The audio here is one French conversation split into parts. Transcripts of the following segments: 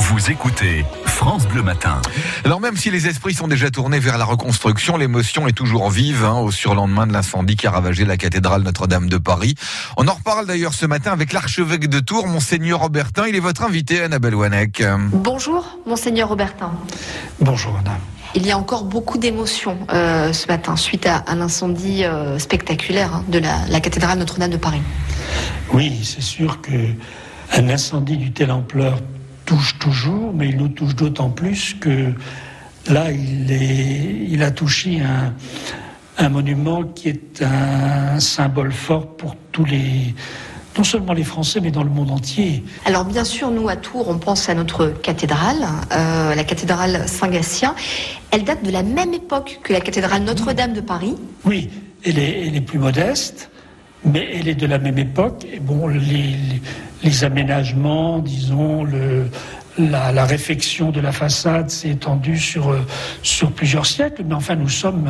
Vous écoutez France Bleu Matin. Alors même si les esprits sont déjà tournés vers la reconstruction, l'émotion est toujours vive au surlendemain de l'incendie qui a ravagé la cathédrale Notre-Dame de Paris. On en reparle d'ailleurs ce matin avec l'archevêque de Tours, Monseigneur Aubertin. Il est votre invité, Annabelle Wanek. Bonjour, Monseigneur Aubertin. Bonjour, madame. Il y a encore beaucoup d'émotions ce matin suite à l'incendie spectaculaire de la cathédrale Notre-Dame de Paris. Oui, c'est sûr qu'un incendie d'une telle ampleur touche toujours, mais il nous touche d'autant plus que là, il a touché un monument qui est un symbole fort pour tous non seulement les Français, mais dans le monde entier. Alors bien sûr, nous à Tours, on pense à notre cathédrale, la cathédrale Saint-Gatien. Elle date de la même époque que la cathédrale Notre-Dame de Paris. Oui, elle est plus modeste, mais elle est de la même époque. Et bon, les aménagements, disons, la réfection de la façade s'est étendue sur plusieurs siècles, mais enfin nous sommes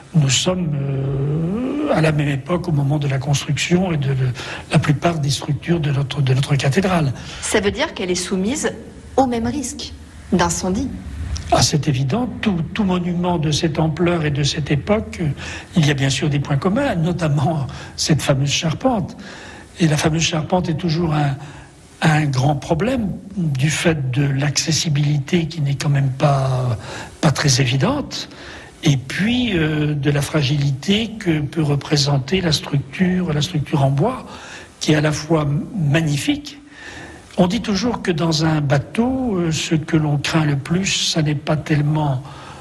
à la même époque au moment de la construction et de la plupart des structures de notre cathédrale. Ça veut dire qu'elle est soumise au même risque d'incendie. Ah, c'est évident, tout monument de cette ampleur et de cette époque, il y a bien sûr des points communs, notamment cette fameuse charpente. Et la fameuse charpente est toujours un grand problème du fait de l'accessibilité qui n'est quand même pas très évidente, et puis de la fragilité que peut représenter la structure en bois, qui est à la fois magnifique. On dit toujours que dans un bateau, ce que l'on craint le plus, ça n'est pas tellement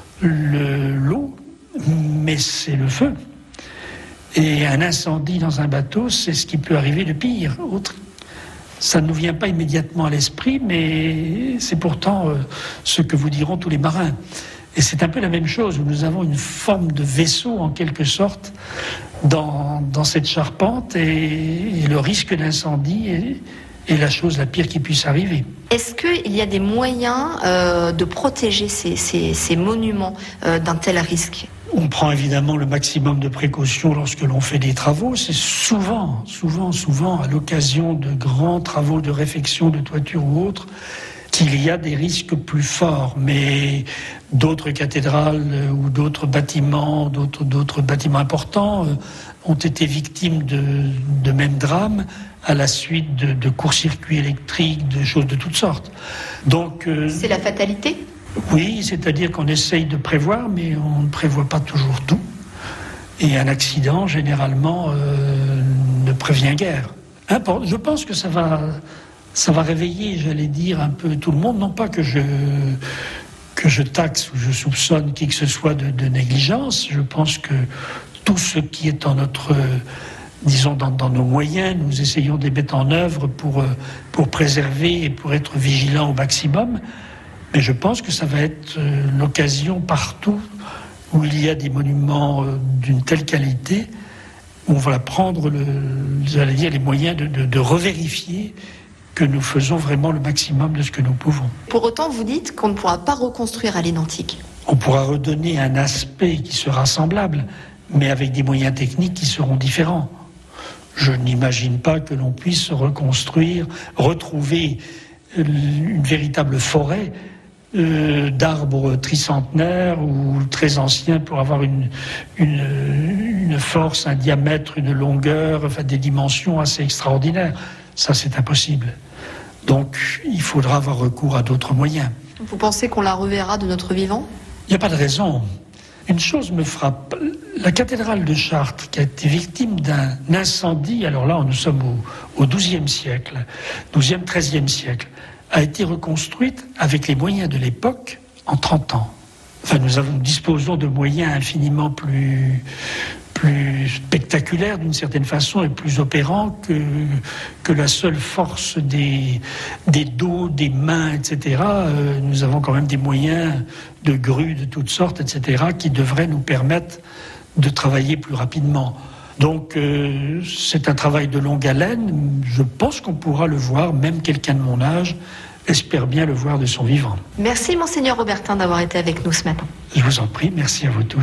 l'eau, mais c'est le feu. Et un incendie dans un bateau, c'est ce qui peut arriver de pire. Ça ne nous vient pas immédiatement à l'esprit, mais c'est pourtant ce que vous diront tous les marins. Et c'est un peu la même chose, où nous avons une forme de vaisseau, en quelque sorte, dans cette charpente, et le risque d'incendie est la chose la pire qui puisse arriver. Est-ce qu'il y a des moyens de protéger ces monuments d'un tel risque ? On prend évidemment le maximum de précautions lorsque l'on fait des travaux. C'est souvent à l'occasion de grands travaux de réfection de toiture ou autres qu'il y a des risques plus forts. Mais d'autres cathédrales ou d'autres bâtiments importants ont été victimes de mêmes drames à la suite de court-circuits électriques, de choses de toutes sortes. Donc, c'est la fatalité ? Oui, c'est-à-dire qu'on essaye de prévoir, mais on ne prévoit pas toujours tout. Et un accident, généralement, ne prévient guère. Je pense que ça va réveiller, j'allais dire, un peu tout le monde. Non pas que je taxe ou je soupçonne qui que ce soit de négligence. Je pense que tout ce qui est en notre... disons, dans nos moyens, nous essayons de les mettre en œuvre pour préserver et pour être vigilants au maximum. Mais je pense que ça va être l'occasion partout où il y a des monuments d'une telle qualité, où on va prendre les moyens de revérifier que nous faisons vraiment le maximum de ce que nous pouvons. Pour autant, vous dites qu'on ne pourra pas reconstruire à l'identique. On pourra redonner un aspect qui sera semblable, mais avec des moyens techniques qui seront différents. Je n'imagine pas que l'on puisse retrouver une véritable forêt d'arbres tricentenaires ou très anciens pour avoir une force, un diamètre, une longueur, enfin des dimensions assez extraordinaires. Ça, c'est impossible. Donc, il faudra avoir recours à d'autres moyens. Vous pensez qu'on la reverra de notre vivant ? Il n'y a pas de raison. Une chose me frappe. La cathédrale de Chartres, qui a été victime d'un incendie, alors là, nous sommes au XIIe siècle, XIIIe siècle, a été reconstruite avec les moyens de l'époque en 30 ans. Enfin, nous disposons de moyens infiniment plus spectaculaires d'une certaine façon et plus opérants que la seule force des dos, des mains, etc. Nous avons quand même des moyens de grues de toutes sortes, etc., qui devraient nous permettre de travailler plus rapidement. Donc c'est un travail de longue haleine. Je pense qu'on pourra le voir, même quelqu'un de mon âge espère bien le voir de son vivant. Merci Monseigneur Aubertin d'avoir été avec nous ce matin. Je vous en prie, merci à vous tous.